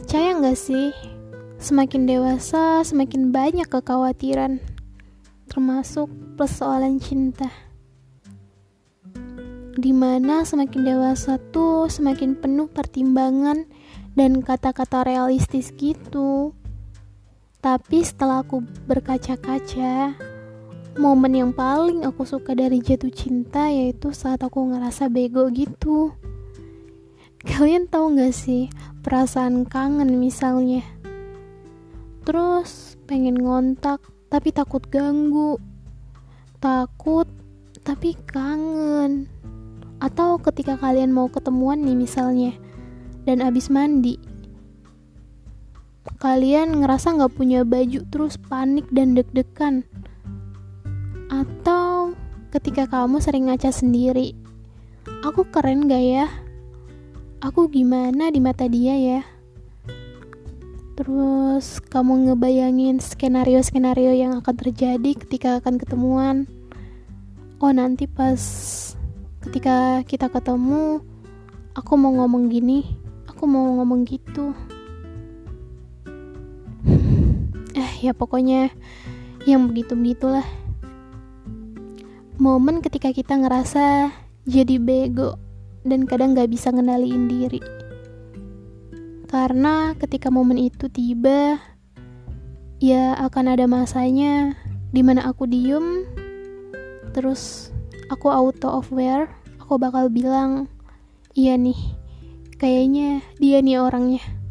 Percaya gak sih, semakin dewasa semakin banyak kekhawatiran, termasuk persoalan cinta. Dimana semakin dewasa tuh semakin penuh pertimbangan dan kata-kata realistis gitu. Tapi setelah aku berkaca-kaca, momen yang paling aku suka dari jatuh cinta yaitu saat aku ngerasa bego gitu. Kalian tahu gak sih perasaan kangen misalnya, terus pengen ngontak tapi takut ganggu, takut tapi kangen. Atau ketika kalian mau ketemuan nih misalnya, dan abis mandi kalian ngerasa gak punya baju terus panik dan deg-degan. Atau ketika kamu sering ngaca sendiri, aku keren gak ya? Aku gimana di mata dia ya? Terus kamu ngebayangin skenario-skenario yang akan terjadi ketika akan ketemuan. Oh, nanti pas ketika kita ketemu, aku mau ngomong gini, aku mau ngomong gitu. Ya pokoknya yang begitu-begitulah. Momen ketika kita ngerasa jadi bego dan kadang gak bisa ngendaliin diri. Karena ketika momen itu tiba, ya akan ada masanya dimana aku diem, terus aku auto aware, aku bakal bilang, iya nih, kayaknya dia nih orangnya.